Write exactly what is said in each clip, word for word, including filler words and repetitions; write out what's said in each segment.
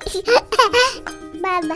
Maman.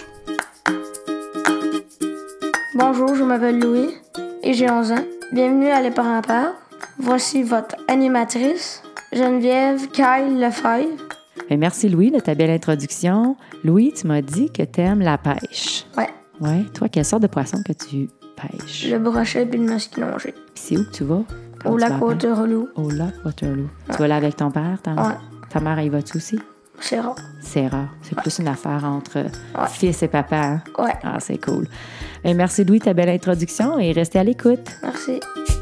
Bonjour, je m'appelle Louis et j'ai onze ans. Bienvenue à Les Parents Parlent. Voici votre animatrice, Geneviève Kyle Lefebvre. Bien, merci Louis de ta belle introduction. Louis, tu m'as dit que tu aimes la pêche. Ouais. Ouais. Toi, quelle sorte de poisson que tu pêches? Le brochet puis le masquinongé. Puis c'est où que tu vas? Au lac Waterloo. Au lac Waterloo. Ouais. Tu vas là avec ton père? Ta, Ouais. ta mère, elle y va-tu aussi? C'est rare. C'est rare. C'est plus une affaire entre Ouais. fils et papa. Hein? Ouais. Ah, c'est cool. Bien, merci Louis de ta belle introduction et restez à l'écoute. Merci.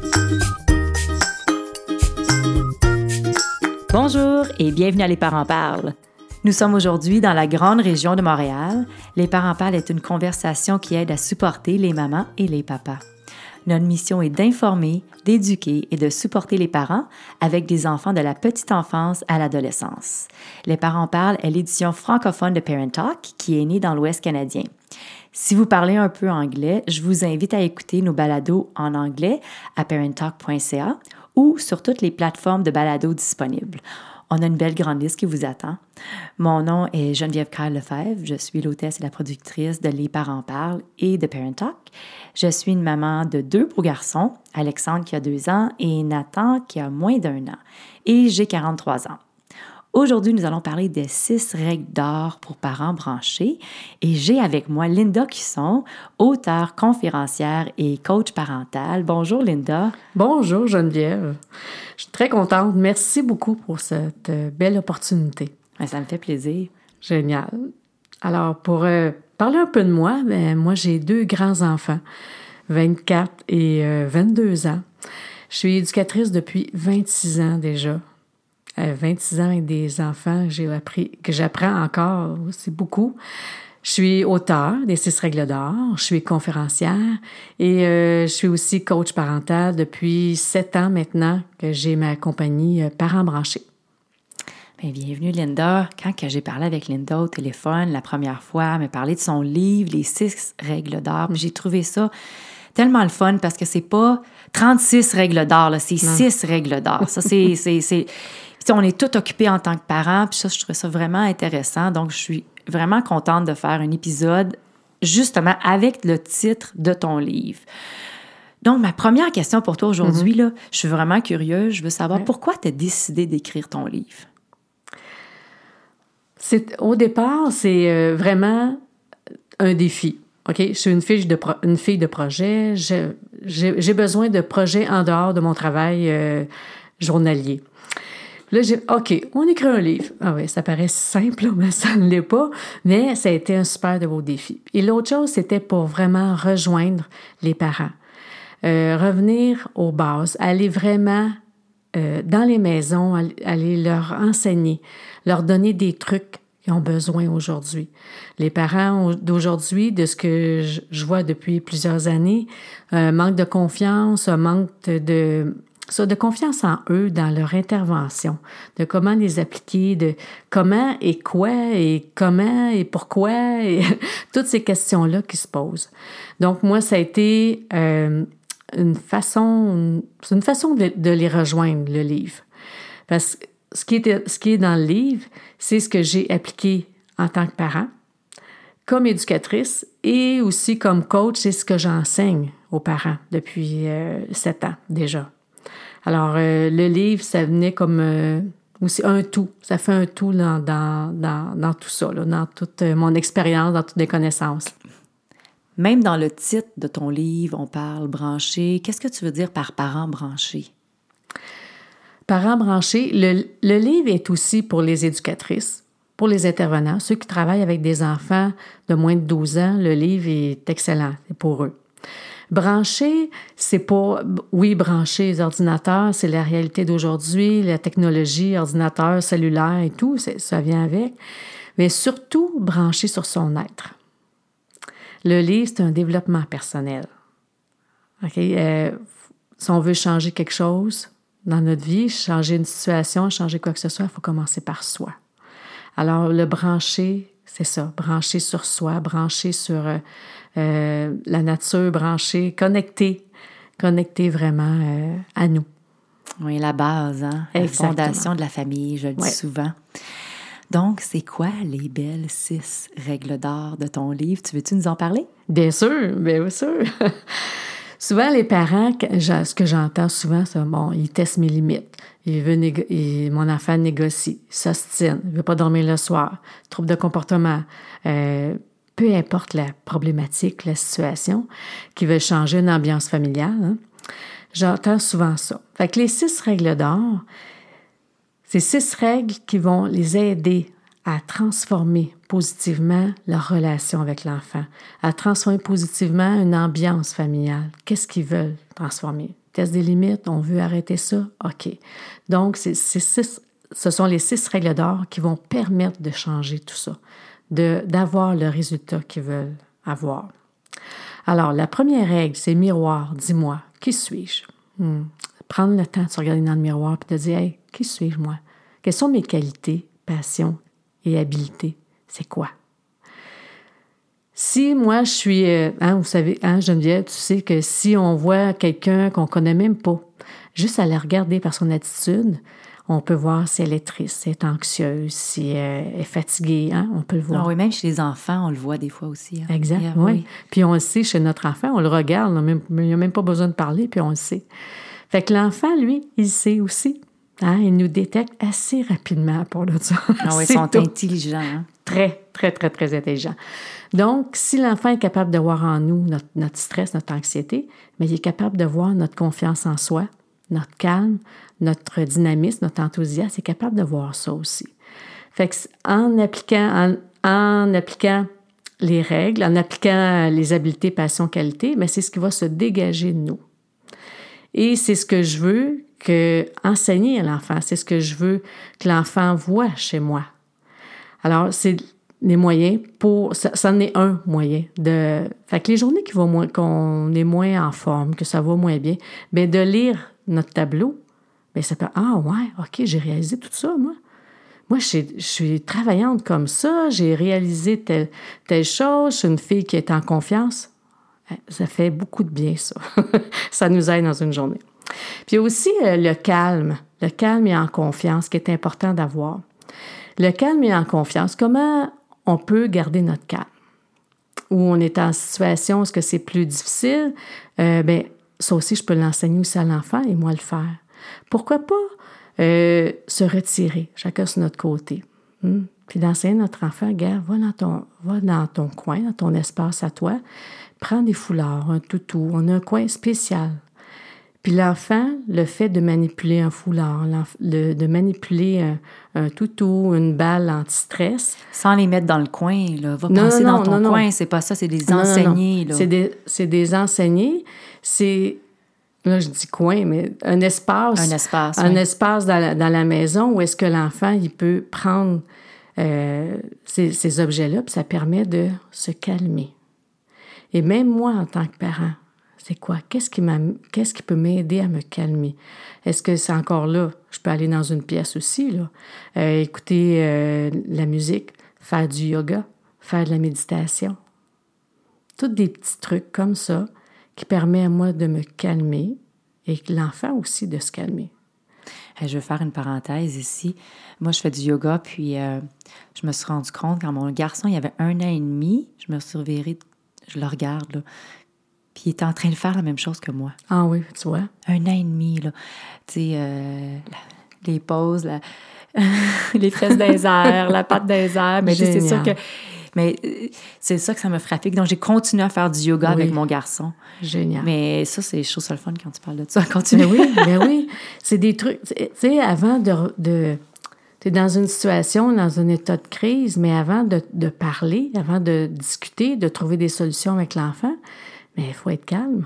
Bonjour et bienvenue à Les Parents Parlent. Nous sommes aujourd'hui dans la grande région de Montréal. Les Parents Parlent est une conversation qui aide à supporter les mamans et les papas. Notre mission est d'informer, d'éduquer et de supporter les parents avec des enfants de la petite enfance à l'adolescence. Les Parents Parlent est l'édition francophone de Parent Talk qui est née dans l'Ouest canadien. Si vous parlez un peu anglais, je vous invite à écouter nos balados en anglais à parent talk point c a ou sur toutes les plateformes de balados disponibles. On a une belle grande liste qui vous attend. Mon nom est Geneviève Kyle Lefebvre. Je suis l'hôtesse et la productrice de Les Parents Parlent et de Parent Talk. Je suis une maman de deux beaux garçons, Alexandre qui a deux ans et Nathan qui a moins d'un an. Et j'ai quarante-trois ans. Aujourd'hui, nous allons parler des six règles d'or pour parents branchés et j'ai avec moi Linda Cusson, auteure, conférencière et coach parental. Bonjour Linda. Bonjour Geneviève. Je suis très contente. Merci beaucoup pour cette euh, belle opportunité. Ça me fait plaisir. Génial. Alors, pour euh, parler un peu de moi, ben, moi j'ai deux grands-enfants, vingt-quatre et euh, vingt-deux ans. Je suis éducatrice depuis vingt-six ans déjà. Euh, vingt-six ans avec des enfants que j'ai appris, que j'apprends encore, c'est beaucoup. Je suis auteure des six règles d'or, je suis conférencière et euh, je suis aussi coach parental depuis sept ans maintenant que j'ai ma compagnie euh, Parents branchés. Bien, bienvenue Linda. Quand que j'ai parlé avec Linda au téléphone la première fois, elle m'a parlé de son livre, Les six règles d'or, puis j'ai trouvé ça tellement le fun parce que c'est pas trente-six règles d'or, là, c'est Non. six règles d'or. Ça, c'est... c'est, c'est... Puis, on est tous occupés en tant que parents, puis ça, je trouvais ça vraiment intéressant. Donc, je suis vraiment contente de faire un épisode justement avec le titre de ton livre. Donc, ma première question pour toi aujourd'hui, mm-hmm. là, je suis vraiment curieuse. Je veux savoir ouais. pourquoi tu as décidé d'écrire ton livre? C'est, au départ, c'est euh, vraiment un défi. OK? Je suis une fille de, pro- une fille de projet. Je, j'ai, j'ai besoin de projets en dehors de mon travail euh, journalier. Là, j'ai OK, on écrit un livre. Ah oui, ça paraît simple, mais ça ne l'est pas. Mais ça a été un super de beau défi. Et l'autre chose, c'était pour vraiment rejoindre les parents. Euh, revenir aux bases, aller vraiment euh, dans les maisons, aller leur enseigner, leur donner des trucs qu'ils ont besoin aujourd'hui. Les parents d'aujourd'hui, de ce que je vois depuis plusieurs années, un manque de confiance, un manque de... Ça, de confiance en eux, dans leur intervention, de comment les appliquer, de comment et quoi et comment et pourquoi, et toutes ces questions-là qui se posent. Donc, moi, ça a été euh, une façon, c'est une façon de, de les rejoindre, le livre. Parce que ce qui est, ce qui est dans le livre, c'est ce que j'ai appliqué en tant que parent, comme éducatrice et aussi comme coach, c'est ce que j'enseigne aux parents depuis euh, sept ans déjà. Alors, euh, le livre, ça venait comme euh, aussi un tout. Ça fait un tout dans, dans, dans, dans tout ça, là, dans toute mon expérience, dans toutes les connaissances. Même dans le titre de ton livre, on parle branché. Qu'est-ce que tu veux dire par parents branchés? Parents branchés, le, le livre est aussi pour les éducatrices, pour les intervenants, ceux qui travaillent avec des enfants de moins de douze ans. Le livre est excellent pour eux. Brancher, c'est pas... Oui, brancher les ordinateurs, c'est la réalité d'aujourd'hui, la technologie, ordinateur, cellulaire et tout, c'est, ça vient avec. Mais surtout, brancher sur son être. Le livre, c'est un développement personnel. OK? Euh, si on veut changer quelque chose dans notre vie, changer une situation, changer quoi que ce soit, il faut commencer par soi. Alors, le brancher, c'est ça, brancher sur soi, brancher sur... Euh, Euh, la nature, branchée, connectée, connectée vraiment euh, à nous. Oui, la base, hein? La fondation de la famille, je le dis ouais. souvent. Donc, c'est quoi les belles six règles d'or de ton livre? Tu veux-tu nous en parler? Bien sûr, bien sûr. Souvent, les parents, ce que j'entends souvent, c'est bon, ils testent mes limites. Il veut négo- il, mon enfant négocie, s'ostine, il ne veut pas dormir le soir, trouble de comportement. Euh, peu importe la problématique, la situation, qui veut changer une ambiance familiale. Hein. J'entends souvent ça. Fait que les six règles d'or, c'est six règles qui vont les aider à transformer positivement leur relation avec l'enfant, à transformer positivement une ambiance familiale. Qu'est-ce qu'ils veulent transformer? Test des limites, on veut arrêter ça? OK. Donc, c'est, c'est six, ce sont les six règles d'or qui vont permettre de changer tout ça, de, d'avoir le résultat qu'ils veulent avoir. Alors, la première règle, c'est miroir, dis-moi, qui suis-je? Hmm. Prendre le temps de se regarder dans le miroir et de dire, hey, qui suis-je, moi? Quelles sont mes qualités, passions et habiletés? C'est quoi? Si moi, je suis... Euh, hein, vous savez, hein, Geneviève, tu sais que si on voit quelqu'un qu'on ne connaît même pas, juste à la regarder par son attitude, on peut voir si elle est triste, si elle est anxieuse, si elle est fatiguée, hein, on peut le voir. Ah oui, même chez les enfants, on le voit des fois aussi. Hein. Exact, yeah, oui. oui. Puis on le sait chez notre enfant, on le regarde, il n'y a même pas besoin de parler, puis on le sait. Fait que l'enfant, lui, il sait aussi. Hein, il nous détecte assez rapidement pour le dire. Ah oui, ils sont tout. intelligents. Hein? Très, très, très, très intelligents. Donc, si l'enfant est capable de voir en nous notre, notre stress, notre anxiété, mais il est capable de voir notre confiance en soi, notre calme, notre dynamisme, notre enthousiasme, il est capable de voir ça aussi. Fait que en appliquant, en, en appliquant les règles, en appliquant les habiletés, passions, qualités, bien, c'est ce qui va se dégager de nous. Et c'est ce que je veux que enseigner à l'enfant, c'est ce que je veux que l'enfant voit chez moi. Alors, c'est les moyens pour... Ça, ça en est un moyen. De, fait que les journées qui vont moins, qu'on est moins en forme, que ça va moins bien, bien, de lire notre tableau, bien, ça peut... Ah ouais, OK, j'ai réalisé tout ça, moi. Moi, je suis, je suis travaillante comme ça, j'ai réalisé telle, telle chose, je suis une fille qui est en confiance. Ça fait beaucoup de bien, ça. Ça nous aide dans une journée. Puis il y a aussi euh, le calme, le calme et en confiance, qui est important d'avoir. Le calme et en confiance, comment on peut garder notre calme? Où on est en situation, est-ce que c'est plus difficile? Euh, bien, ça aussi, je peux l'enseigner aussi à l'enfant et moi le faire. Pourquoi pas euh, se retirer, chacun sur notre côté? Hmm? Puis d'enseigner notre enfant, regarde, va dans ton, va dans ton coin, dans ton espace à toi, prends des foulards, un toutou, on a un coin spécial. Puis l'enfant, le fait de manipuler un foulard, le, de manipuler un, un toutou, une balle anti-stress. Sans les mettre dans le coin, là. Va non, penser non, dans ton non, coin, non. c'est pas ça, c'est des non, enseignés. Non, non. Là. C'est, des, c'est des enseignés, c'est, là je dis coin, mais un espace. Un espace, Un oui. espace dans la, dans la maison où est-ce que l'enfant, il peut prendre euh, ces, ces objets-là, puis ça permet de se calmer. Et même moi, en tant que parent, c'est quoi? Qu'est-ce qui, m'a, qu'est-ce qui peut m'aider à me calmer? Est-ce que c'est encore là? Je peux aller dans une pièce aussi, là. Euh, écouter euh, la musique, faire du yoga, faire de la méditation. Tous des petits trucs comme ça qui permettent à moi de me calmer et que l'enfant aussi de se calmer. Je veux faire une parenthèse ici. Moi, je fais du yoga, puis euh, je me suis rendu compte, quand mon garçon, il avait un an et demi, je me suis revirée, je le regarde, là, puis il était en train de faire la même chose que moi. Ah oui, tu vois. Un an et demi, là. Tu sais, euh, la, les pauses, la, les fesses dans les airs, la patte dans les airs. Mais c'est sûr que... Mais c'est ça que ça m'a frappé. Donc, j'ai continué à faire du yoga oui. avec mon garçon. Génial. Mais ça, c'est je trouve ça le fun quand tu parles de ça. Continue. Mais oui, mais oui. C'est des trucs... Tu sais, avant de... de tu es dans une situation, dans un état de crise, mais avant de, de parler, avant de discuter, de trouver des solutions avec l'enfant, mais il faut être calme.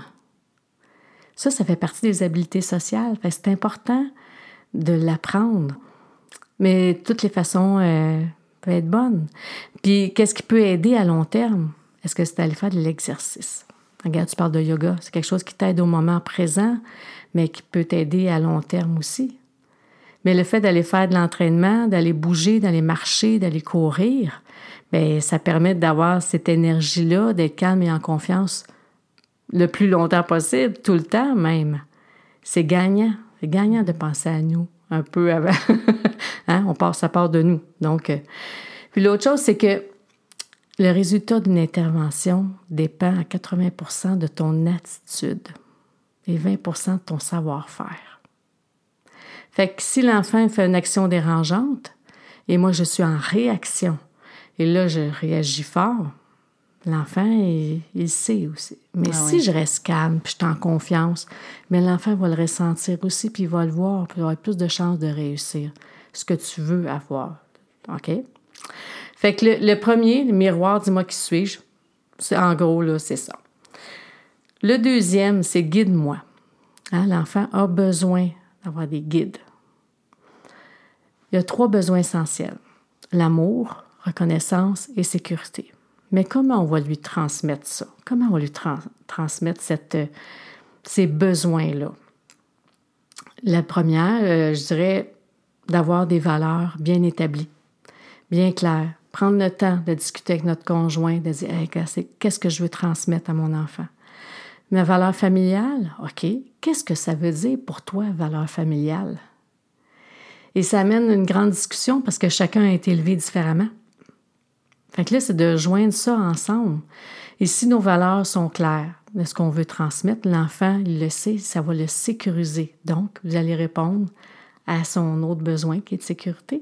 Ça, ça fait partie des habiletés sociales. Fait que c'est important de l'apprendre. Mais toutes les façons euh, peuvent être bonnes. Puis, qu'est-ce qui peut aider à long terme? Est-ce que c'est d'aller faire de l'exercice? Regarde, tu parles de yoga. C'est quelque chose qui t'aide au moment présent, mais qui peut t'aider à long terme aussi. Mais le fait d'aller faire de l'entraînement, d'aller bouger, d'aller marcher, d'aller courir, bien, ça permet d'avoir cette énergie-là, d'être calme et en confiance le plus longtemps possible, tout le temps même. C'est gagnant. C'est gagnant de penser à nous un peu avant, Hein? On part, ça part de nous. Donc, euh, puis l'autre chose, c'est que le résultat d'une intervention dépend à quatre-vingts pour cent de ton attitude et vingt pour cent de ton savoir-faire. Fait que si l'enfant fait une action dérangeante et moi, je suis en réaction et là, je réagis fort, l'enfant, il, il sait aussi. Mais ah si oui. je reste calme puis je suis en confiance, mais l'enfant va le ressentir aussi puis il va le voir puis il va avoir plus de chances de réussir ce que tu veux avoir. OK? Fait que le, le premier, le miroir, dis-moi qui suis-je, c'est, en gros, là, c'est ça. Le deuxième, c'est guide-moi. Hein, l'enfant a besoin d'avoir des guides. Il y a trois besoins essentiels. L'amour, reconnaissance et sécurité. Mais comment on va lui transmettre ça? Comment on va lui trans- transmettre cette, euh, ces besoins-là? La première, euh, je dirais, d'avoir des valeurs bien établies, bien claires. Prendre le temps de discuter avec notre conjoint, de dire hey, qu'est-ce que je veux transmettre à mon enfant. Ma valeur familiale, OK, qu'est-ce que ça veut dire pour toi, valeur familiale? Et ça amène une grande discussion parce que chacun a été élevé différemment. Fait que là, c'est de joindre ça ensemble. Et si nos valeurs sont claires de ce qu'on veut transmettre, l'enfant, il le sait, ça va le sécuriser. Donc, vous allez répondre à son autre besoin qui est de sécurité.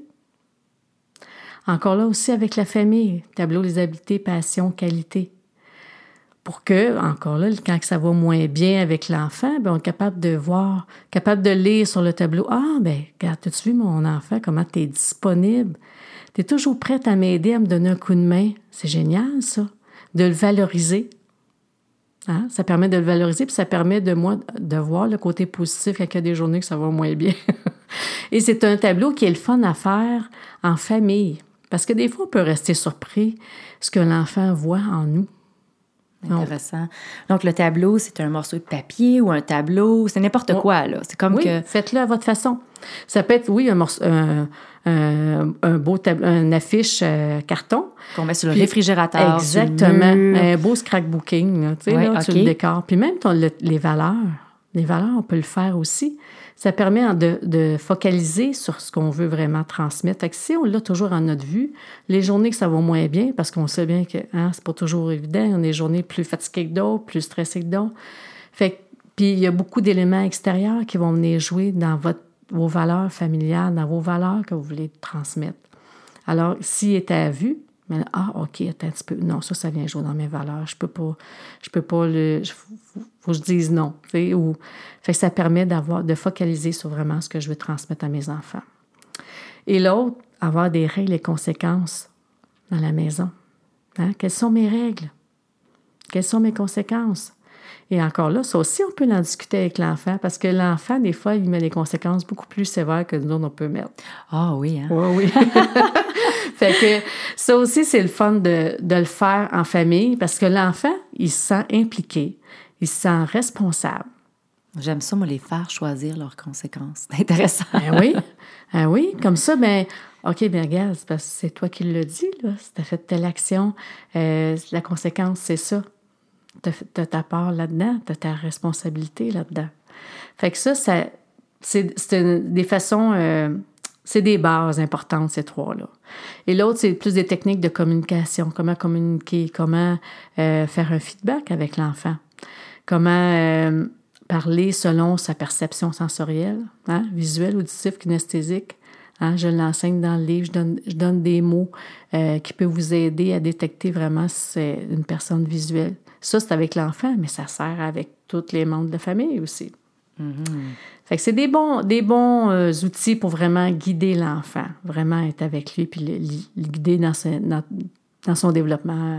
Encore là aussi avec la famille, tableau des habiletés, passion, qualité. Pour que, encore là, quand ça va moins bien avec l'enfant, bien, on est capable de voir, capable de lire sur le tableau. Ah, bien, regarde, as-tu vu mon enfant, comment tu es disponible? Tu es toujours prête à m'aider, à me donner un coup de main. C'est génial, ça. De le valoriser. Hein? Ça permet de le valoriser, puis ça permet de moi de voir le côté positif quand il y a des journées que ça va moins bien. Et c'est un tableau qui est le fun à faire en famille. Parce que des fois, on peut rester surpris ce que l'enfant voit en nous. Intéressant. Donc, le tableau, c'est un morceau de papier ou un tableau, c'est n'importe oh. quoi, là. C'est comme oui, que... faites-le à votre façon. Ça peut être, oui, un, morceau, un, un, un beau tableau, une affiche euh, carton. Qu'on met sur le Puis, réfrigérateur. Exactement. Sur le mur. Un beau scrapbooking, là, tu sais, ouais, là, okay. sur le décor. Puis même ton, le, les valeurs. Les valeurs, on peut le faire aussi. Ça permet de, de focaliser sur ce qu'on veut vraiment transmettre. Fait que si on l'a toujours en notre vue, les journées que ça va moins bien, parce qu'on sait bien que hein, c'est pas toujours évident, on a des journées plus fatiguées que d'autres, plus stressées que d'autres. Fait que, puis il y a beaucoup d'éléments extérieurs qui vont venir jouer dans votre, vos valeurs familiales, dans vos valeurs que vous voulez transmettre. Alors, s'il est à vue, mais ah, OK, attends un petit peu. Non, ça, ça vient jouer dans mes valeurs. Je peux pas, je peux pas le... Il faut, faut que je dise non. Tu sais, ou, fait que ça permet d'avoir, de focaliser sur vraiment ce que je veux transmettre à mes enfants. Et l'autre, avoir des règles et conséquences dans la maison. Hein? Quelles sont mes règles? Quelles sont mes conséquences? Et encore là, ça aussi, on peut en discuter avec l'enfant parce que l'enfant, des fois, il met des conséquences beaucoup plus sévères que nous autres, on peut mettre. Ah oui, hein? Oui, oui. Fait que ça aussi, c'est le fun de, de le faire en famille parce que l'enfant, il se sent impliqué, il se sent responsable. J'aime ça, moi, les faire choisir leurs conséquences. C'est intéressant. Ben oui, ben oui. Comme ça, ben OK, bien regarde, c'est parce que c'est toi qui l'as dit, là. Si tu as fait telle action, euh, la conséquence, c'est ça. Tu as ta part là-dedans, tu as ta responsabilité là-dedans. Fait que ça, ça c'est, c'est une, des façons... Euh, c'est des bases importantes, ces trois-là. Et l'autre, c'est plus des techniques de communication. Comment communiquer, comment euh, faire un feedback avec l'enfant. Comment euh, parler selon sa perception sensorielle, hein, visuelle, auditive, kinesthésique. Hein, je l'enseigne dans le livre, je donne, je donne des mots euh, qui peuvent vous aider à détecter vraiment si c'est une personne visuelle. Ça, c'est avec l'enfant, mais ça sert avec tous les membres de la famille aussi. Mm-hmm. Fait que c'est des bons, des bons euh, outils pour vraiment guider l'enfant, vraiment être avec lui puis le, le guider dans, ce, dans, dans son développement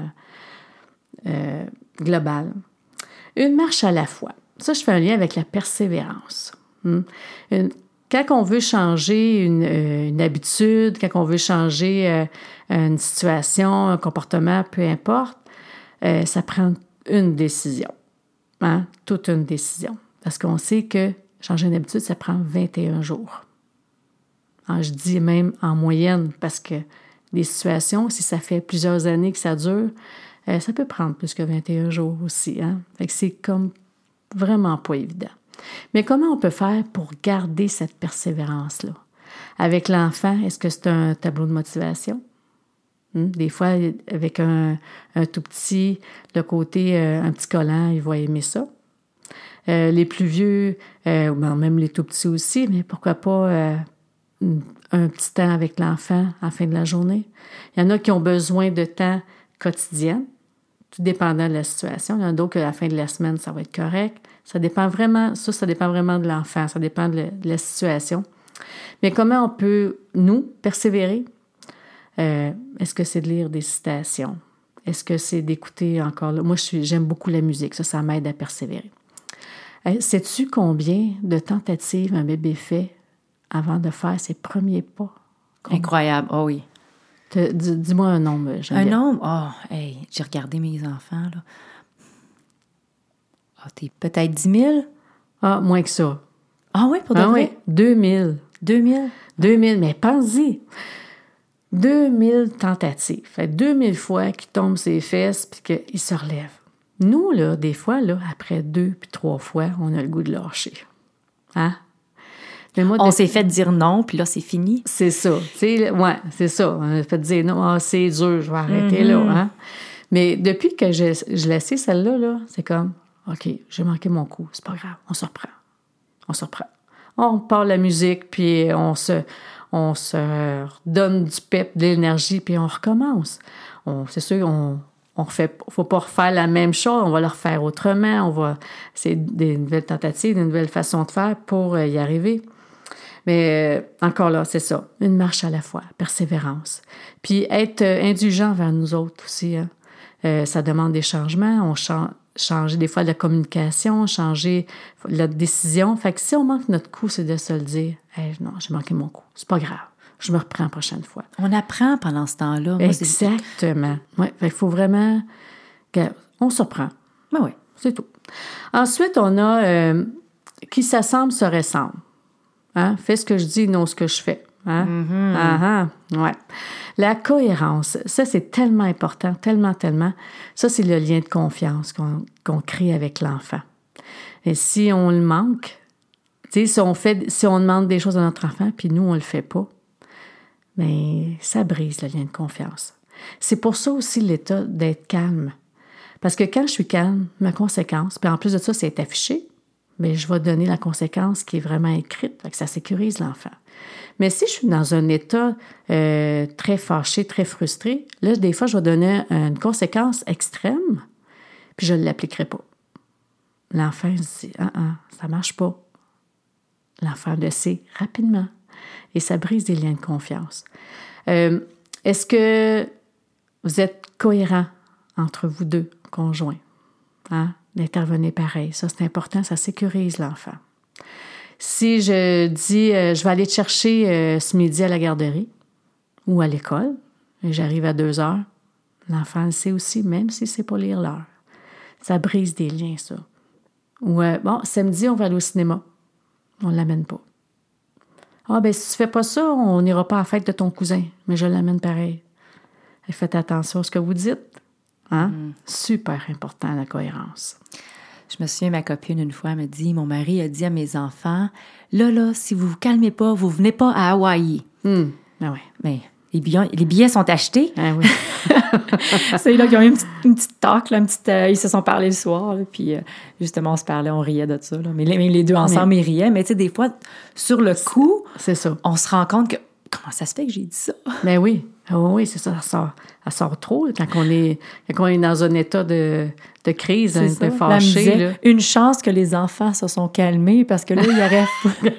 euh, global. Une marche à la fois. Ça, je fais un lien avec la persévérance. Hmm? Une, quand on veut changer une, euh, une habitude, quand on veut changer euh, une situation, un comportement, peu importe, euh, ça prend une décision. Hein? Toute une décision. Parce qu'on sait que changer une habitude, ça prend vingt et un jours. Alors, je dis même en moyenne, parce que les situations, si ça fait plusieurs années que ça dure, euh, ça peut prendre plus que vingt et un jours aussi. Hein? Fait que c'est comme vraiment pas évident. Mais comment on peut faire pour garder cette persévérance-là? Avec l'enfant, est-ce que c'est un tableau de motivation? Hum? Des fois, avec un, un tout petit, le côté, euh, un petit collant, il va aimer ça. Euh, les plus vieux, euh, ben, même les tout petits aussi, mais pourquoi pas euh, un petit temps avec l'enfant à la fin de la journée. Il y en a qui ont besoin de temps quotidien, tout dépendant de la situation. Il y en a d'autres qu'à la fin de la semaine, ça va être correct. Ça dépend vraiment, ça, ça dépend vraiment de l'enfant, ça dépend de la, de la situation. Mais comment on peut, nous, persévérer? Euh, est-ce que c'est de lire des citations? Est-ce que c'est d'écouter encore? Là? Moi, je suis, j'aime beaucoup la musique, ça, ça m'aide à persévérer. Euh, sais-tu combien de tentatives un bébé fait avant de faire ses premiers pas? Combien? Incroyable, oh oui. Te, dis, dis-moi un nombre, Geneviève. Un nombre? Oh, hey, j'ai regardé mes enfants, là. Ah, oh, t'es peut-être dix mille? Ah, moins que ça. Ah oui, pour de ah, vrai? Oui, deux mille. deux mille? deux mille, mais pense-y. deux mille tentatives. Fait deux mille fois qu'il tombe ses fesses puis qu'il se relève. Nous, là, des fois, là, après deux puis trois fois, on a le goût de lâcher. Hein? Mais moi, on de... s'est fait dire non, puis là, c'est fini. C'est ça. Oui, c'est ça. On a fait dire non, ah, c'est dur, je vais arrêter mm-hmm. là. Hein? Mais depuis que je, je laissais celle-là, là, c'est comme, OK, j'ai manqué mon coup, c'est pas grave, on se reprend. On se reprend. On parle la musique, puis on se, on se donne du pep, de l'énergie, puis on recommence. On, c'est sûr, on on refait, faut pas refaire la même chose, on va le refaire autrement, on va, c'est des nouvelles tentatives, des nouvelles façons de faire pour y arriver. Mais euh, encore là, c'est ça, une marche à la fois, persévérance. Puis être euh, indulgent vers nous autres aussi. Hein. Euh, ça demande des changements, on change, changer des fois la communication, changer la décision. Fait que si on manque notre coup, c'est de se le dire, hey, non, j'ai manqué mon coup, c'est pas grave. Je me reprends la prochaine fois. On apprend pendant ce temps-là. Moi, exactement. Oui, il faut vraiment... On se reprend. Ben oui. C'est tout. Ensuite, on a euh, qui s'assemble se ressemble. Hein? Fais ce que je dis, non ce que je fais. Hein? Mm-hmm. Ah, ah, ouais. La cohérence, ça, c'est tellement important, tellement, tellement. Ça, c'est le lien de confiance qu'on, qu'on crée avec l'enfant. Et si on le manque, tu sais, si on fait, si on demande des choses à notre enfant, puis nous, on le fait pas, mais ça brise le lien de confiance. C'est pour ça aussi l'état d'être calme. Parce que quand je suis calme, ma conséquence, puis en plus de ça, c'est affiché, mais je vais donner la conséquence qui est vraiment écrite, fait que ça sécurise l'enfant. Mais si je suis dans un état euh, très fâché, très frustré, là, des fois, je vais donner une conséquence extrême, puis je ne l'appliquerai pas. L'enfant se dit « Ah, ah, ça ne marche pas ». L'enfant le sait rapidement. Et ça brise des liens de confiance. Euh, est-ce que vous êtes cohérents entre vous deux, conjoints? Hein? D'intervenir pareil. Ça, c'est important, ça sécurise l'enfant. Si je dis, euh, je vais aller te chercher euh, ce midi à la garderie ou à l'école, et j'arrive à deux heures, l'enfant le sait aussi, même si c'est pas lire l'heure. Ça brise des liens, ça. Ou, euh, bon, samedi, on va aller au cinéma. On ne l'amène pas. Ah, bien, si tu fais pas ça, on n'ira pas à la fête de ton cousin. Mais je l'amène pareil. Et faites attention à ce que vous dites. Hein? Mm. Super important, la cohérence. Je me souviens, ma copine, une fois, m'a dit, mon mari a dit à mes enfants, là, là, si vous vous calmez pas, vous venez pas à Hawaï. Mm. Ah ouais. Mais les billets, les billets sont achetés. Ah oui. C'est là qu'ils ont eu une petite, une petite talk, là, une petite, euh, ils se sont parlé le soir, là, puis euh, justement, on se parlait, on riait de ça. Là. Mais les, les deux ensemble, mais, ils riaient. Mais tu sais, des fois, sur le coup, c'est ça. On se rend compte que, comment ça se fait que j'ai dit ça? Mais oui, oh, oui, c'est ça, ça sort, ça sort trop là, quand, on est, quand on est dans un état de, de crise, un peu fâché. Là. Une chance que les enfants se sont calmés, parce que là, il y aurait...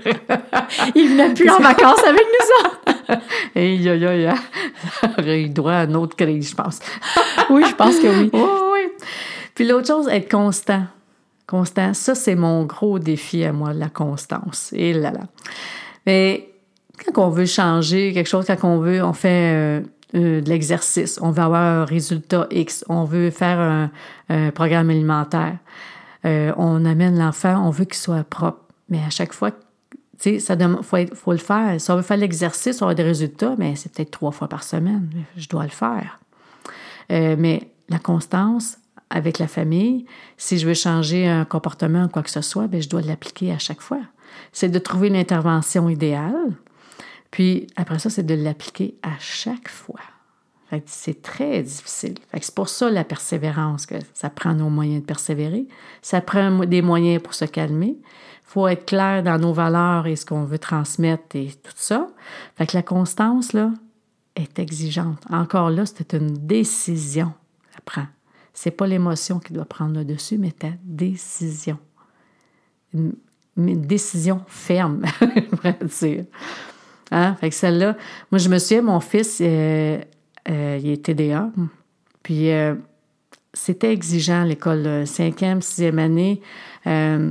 ils venaient plus en vacances avec nous autres. Et il y a, il y a, il y a droit à une autre crise, je pense. Oui, je pense que oui. Oui, oui. Puis l'autre chose, être constant. Constant, ça, c'est mon gros défi à moi, la constance. Et là, là. Mais quand on veut changer quelque chose, quand on veut, on fait euh, euh, de l'exercice, on veut avoir un résultat X, on veut faire un, un programme alimentaire, euh, on amène l'enfant, on veut qu'il soit propre. Mais à chaque fois, tu sais, il faut, faut le faire. Si on veut faire l'exercice, on a des résultats, mais c'est peut-être trois fois par semaine. Je dois le faire. Euh, mais la constance avec la famille, si je veux changer un comportement ou quoi que ce soit, bien, je dois l'appliquer à chaque fois. C'est de trouver l'intervention idéale. Puis après ça, c'est de l'appliquer à chaque fois. Fait que c'est très difficile. Fait que c'est pour ça la persévérance, que ça prend nos moyens de persévérer. Ça prend des moyens pour se calmer. Il faut être clair dans nos valeurs et ce qu'on veut transmettre et tout ça. Fait que la constance, là, est exigeante. Encore là, c'est une décision qu'elle prend. C'est pas l'émotion qui doit prendre le dessus, mais ta décision. Une, une décision ferme, je pourrais dire. Hein? Fait que celle-là, moi, je me souviens, mon fils, euh, euh, il est T D A, puis euh, c'était exigeant à l'école, cinquième, sixième année. Euh,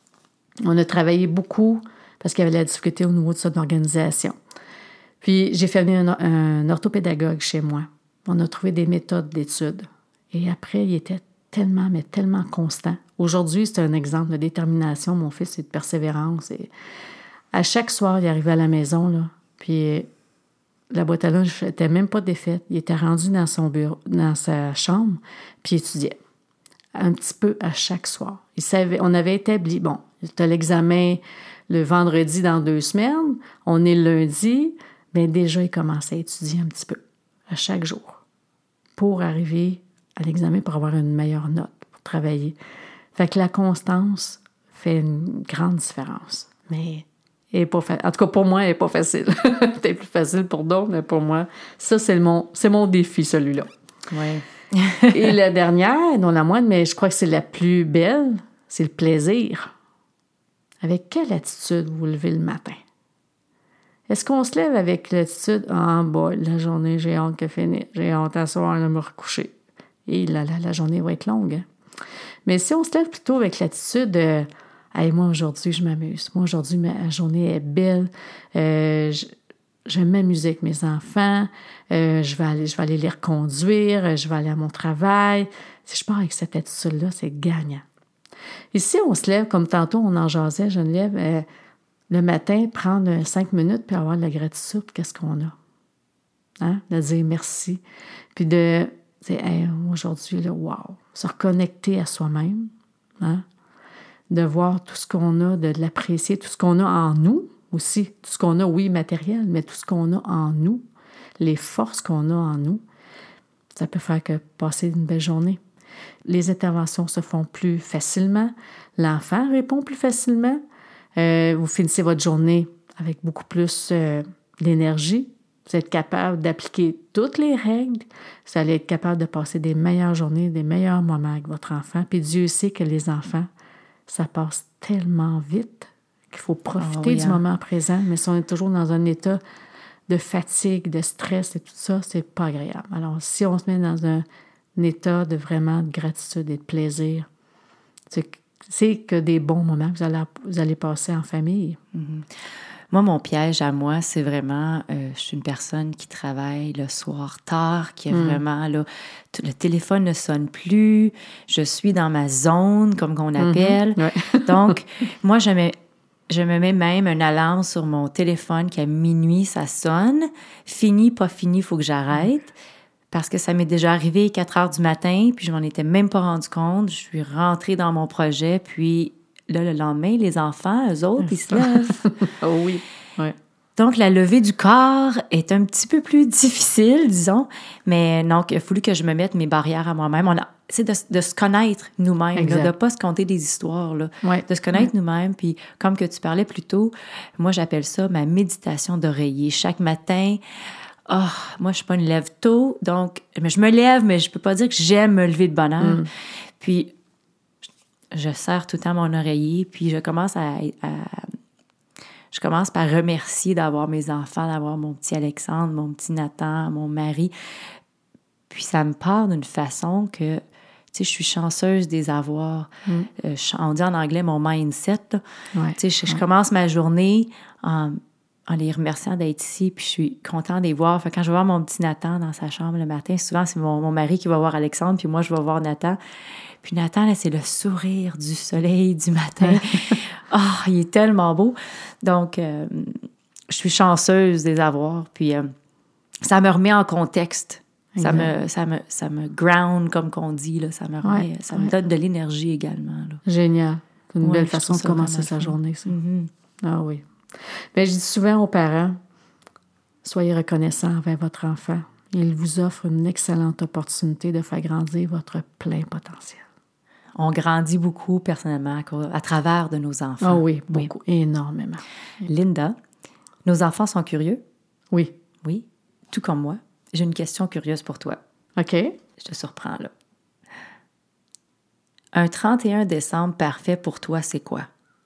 on a travaillé beaucoup parce qu'il y avait de la difficulté au niveau de son organisation. Puis, j'ai fait venir un, un orthopédagogue chez moi. On a trouvé des méthodes d'études. Et après, il était tellement, mais tellement constant. Aujourd'hui, c'est un exemple de détermination. Mon fils, c'est de persévérance. Et à chaque soir, il arrivait à la maison, là, puis la boîte à lunch n'était même pas défaite. Il était rendu dans son bureau, dans sa chambre, puis il étudiait un petit peu à chaque soir. Il savait, on avait établi, bon, tu as l'examen le vendredi dans deux semaines, on est le lundi, bien déjà, il commençait à étudier un petit peu à chaque jour pour arriver à l'examen, pour avoir une meilleure note, pour travailler. Fait que la constance fait une grande différence. Mais elle est pas fa... en tout cas, pour moi, elle n'est pas facile. Peut-être plus facile pour d'autres, mais pour moi, ça, c'est mon, c'est mon défi, celui-là. Oui. Et la dernière, non la moindre, mais je crois que c'est la plus belle, c'est le plaisir. Avec quelle attitude vous levez le matin? Est-ce qu'on se lève avec l'attitude « Ah, boy, la journée, j'ai hâte qu'elle finisse. J'ai hâte à soir de me recoucher. » Et là, là, la journée va être longue. Hein? Mais si on se lève plutôt avec l'attitude de « Hey, moi, aujourd'hui, je m'amuse. Moi, aujourd'hui, ma journée est belle. Euh, je, je vais m'amuser avec mes enfants. Euh, je, vais aller, je vais aller les reconduire. Je vais aller à mon travail. » Si je pars avec cette attitude-là, c'est gagnant. Et si on se lève, comme tantôt, on en jasait, Geneviève, euh, le matin, prendre cinq minutes puis avoir de la gratitude pour qu'est-ce qu'on a. Hein? De dire merci. Puis de dire, hey, aujourd'hui, là, wow, se reconnecter à soi-même. Hein? De voir tout ce qu'on a, de, de l'apprécier, tout ce qu'on a en nous aussi. Tout ce qu'on a, oui, matériel, mais tout ce qu'on a en nous, les forces qu'on a en nous, ça peut faire que passer une belle journée. Les interventions se font plus facilement. L'enfant répond plus facilement. Euh, vous finissez votre journée avec beaucoup plus euh, d'énergie. Vous êtes capable d'appliquer toutes les règles. Vous allez être capable de passer des meilleures journées, des meilleurs moments avec votre enfant. Puis Dieu sait que les enfants, ça passe tellement vite qu'il faut profiter oh, oui, du hein. moment présent. Mais si on est toujours dans un état de fatigue, de stress et tout ça, c'est pas agréable. Alors, si on se met dans un, un état de vraiment de gratitude et de plaisir, c'est, c'est que des bons moments que vous allez, vous allez passer en famille. Mm-hmm. Moi, mon piège à moi, c'est vraiment, euh, je suis une personne qui travaille le soir tard, qui a mm. vraiment, là, tout, le téléphone ne sonne plus, je suis dans ma zone, comme on appelle. Mm-hmm. Ouais. Donc, moi, je me, je me mets même une alarme sur mon téléphone qu'à minuit, ça sonne. Fini, pas fini, il faut que j'arrête. Mm. Parce que ça m'est déjà arrivé à quatre heures du matin, puis je m'en étais même pas rendu compte. Je suis rentrée dans mon projet, puis... Là, le lendemain, les enfants, eux autres, ils se lèvent. Oh oui, ouais. Donc, la levée du corps est un petit peu plus difficile, disons. Mais donc, il a fallu que je me mette mes barrières à moi-même. On a, c'est de, de se connaître nous-mêmes, là, de ne pas se conter des histoires, là, ouais. de se connaître ouais. nous-mêmes. Puis, comme que tu parlais plus tôt, moi, j'appelle ça ma méditation d'oreiller. Chaque matin... Oh, moi, je suis pas une lève tôt, donc mais je me lève, mais je peux pas dire que j'aime me lever de bonne heure. Mm. Puis... je serre tout le temps mon oreiller, puis je commence à, à... Je commence par remercier d'avoir mes enfants, d'avoir mon petit Alexandre, mon petit Nathan, mon mari. Puis ça me part d'une façon que, tu sais, je suis chanceuse de les avoir. Mm. Euh, on dit en anglais mon mindset. Ouais. Tu sais, je, ouais. je commence ma journée en, en les remerciant d'être ici, puis je suis contente de les voir. Fait que quand je vais voir mon petit Nathan dans sa chambre le matin, souvent c'est mon, mon mari qui va voir Alexandre, puis moi je vais voir Nathan. Puis Nathan, là, c'est le sourire du soleil du matin. Ah, oh, il est tellement beau. Donc, euh, je suis chanceuse de les avoir. Puis, euh, ça me remet en contexte. Ça me, ça, me, ça me ground, comme qu'on dit. Là. Ça, me, remet, ouais, ça ouais. me donne de l'énergie également. Là. Génial. C'est une ouais, belle façon de commencer sa fun. journée, ça. Mm-hmm. Ah oui. Bien, je dis souvent aux parents, Soyez reconnaissant envers votre enfant. Il vous offre une excellente opportunité de faire grandir votre plein potentiel. On grandit beaucoup personnellement à, cause, à travers de nos enfants. Ah oui, beaucoup, oui. Énormément. Linda, nos enfants sont curieux? Oui. Oui, tout comme moi. J'ai une question curieuse pour toi. OK. Je te surprends là. Un trente et un décembre parfait pour toi, c'est quoi?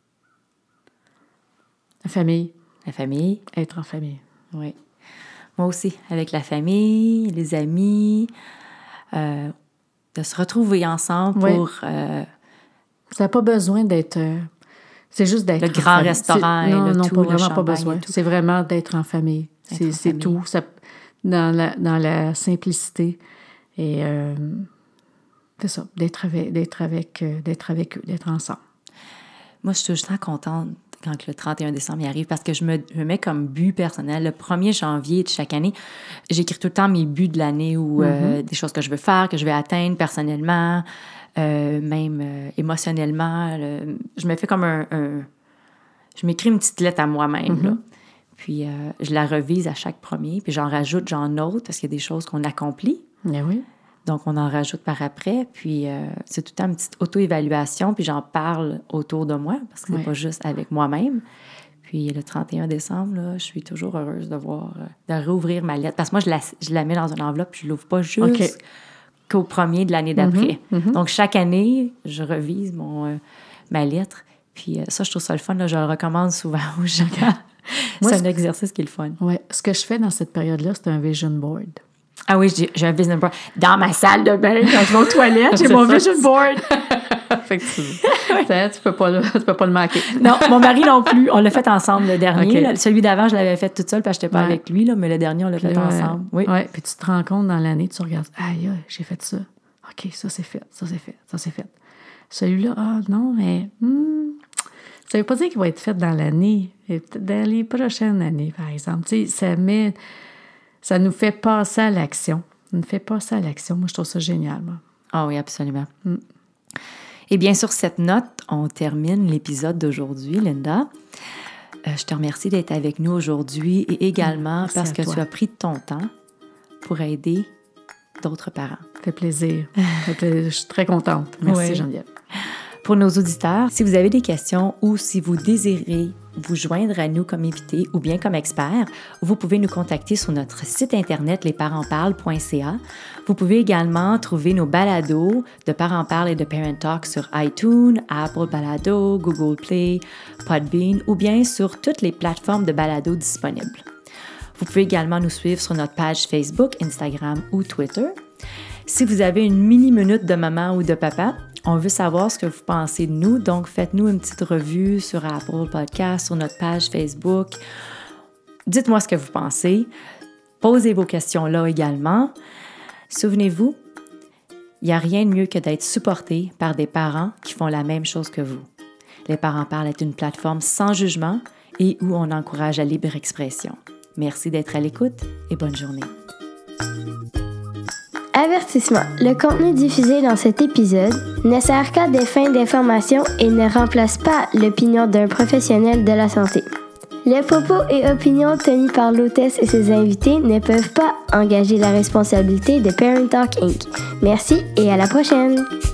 La famille. La famille. Être en famille. Oui. Moi aussi, avec la famille, les amis, euh, de se retrouver ensemble oui. pour... Euh, ça n'a pas besoin d'être... Euh, c'est juste d'être le en grand famille. restaurant, non, le non, tout, pas, le vraiment champagne pas besoin. C'est vraiment d'être en famille. Être c'est en c'est famille. tout. Ça, dans, la, dans la simplicité. Et euh, c'est ça, d'être avec, d'être, avec, euh, d'être avec eux, d'être ensemble. Moi, je suis toujours contente quand le trente et un décembre y arrive parce que je me, je me mets comme but personnel. Le premier janvier de chaque année, j'écris tout le temps mes buts de l'année ou mm-hmm. euh, des choses que je veux faire, que je vais atteindre personnellement, euh, même euh, émotionnellement. Le, je me fais comme un, un... Je m'écris une petite lettre à moi-même, mm-hmm. là. Puis, euh, je la revise à chaque premier, puis j'en rajoute, j'en note, parce qu'il y a des choses qu'on accomplit. Ben oui. Donc, on en rajoute par après. Puis, euh, c'est tout le temps une petite auto-évaluation, puis j'en parle autour de moi, parce que c'est oui. pas juste avec moi-même. Puis, le trente et un décembre, là, je suis toujours heureuse de voir, euh, de réouvrir ma lettre. Parce que moi, je la, je la mets dans une enveloppe, puis je l'ouvre pas juste okay. qu'au premier de l'année d'après. Mm-hmm. Mm-hmm. Donc, chaque année, je revise mon, euh, ma lettre. Puis, euh, ça, je trouve ça le fun. Là, je le recommande souvent aux gens. Moi, c'est un exercice qui est le fun. Oui. Ce que je fais dans cette période-là, c'est un vision board. Ah oui, j'ai, j'ai un vision board. Dans ma salle de bain, quand je vais aux toilettes, j'ai mon vision board. Effectivement. tu peux pas le, tu peux pas le manquer. Non, mon mari non plus. On l'a fait ensemble, le dernier. Okay. Là, celui d'avant, je l'avais fait toute seule parce que je n'étais pas ouais. avec lui, là, mais le dernier, on l'a puis fait là, ensemble. Oui. Oui, puis tu te rends compte dans l'année, tu regardes, aïe, j'ai fait ça. OK, ça c'est fait, ça c'est fait, ça c'est fait. Celui-là, ah non, mais... Hmm, ça ne veut pas dire qu'il va être fait dans l'année, peut-être dans les prochaines années, par exemple. Tu sais, ça met... Ça nous fait passer à l'action. Ça nous fait passer à l'action. Moi, je trouve ça génial, moi. Ah oui, absolument. Mm. Et bien, sur cette note, on termine l'épisode d'aujourd'hui, Linda. Euh, je te remercie d'être avec nous aujourd'hui et également Merci parce que toi. Tu as pris de ton temps pour aider d'autres parents. Ça fait plaisir. Je suis très contente. Merci, oui. Geneviève. Pour nos auditeurs, si vous avez des questions ou si vous désirez vous joindre à nous comme invité ou bien comme expert, vous pouvez nous contacter sur notre site internet les parents parlent point c a. Vous pouvez également trouver nos balados de Parents Parlent et de Parent Talk sur iTunes, Apple Balado, Google Play, Podbean ou bien sur toutes les plateformes de balados disponibles. Vous pouvez également nous suivre sur notre page Facebook, Instagram ou Twitter. Si vous avez une mini-minute de maman ou de papa, on veut savoir ce que vous pensez de nous, donc faites-nous une petite revue sur Apple Podcast, sur notre page Facebook. Dites-moi ce que vous pensez. Posez vos questions là également. Souvenez-vous, il n'y a rien de mieux que d'être supporté par des parents qui font la même chose que vous. Les Parents Parlent est une plateforme sans jugement et où on encourage la libre expression. Merci d'être à l'écoute et bonne journée. Avertissement. Le contenu diffusé dans cet épisode ne sert qu'à des fins d'information et ne remplace pas l'opinion d'un professionnel de la santé. Les propos et opinions tenus par l'hôtesse et ses invités ne peuvent pas engager la responsabilité de Parent Talk incorporated. Merci et à la prochaine!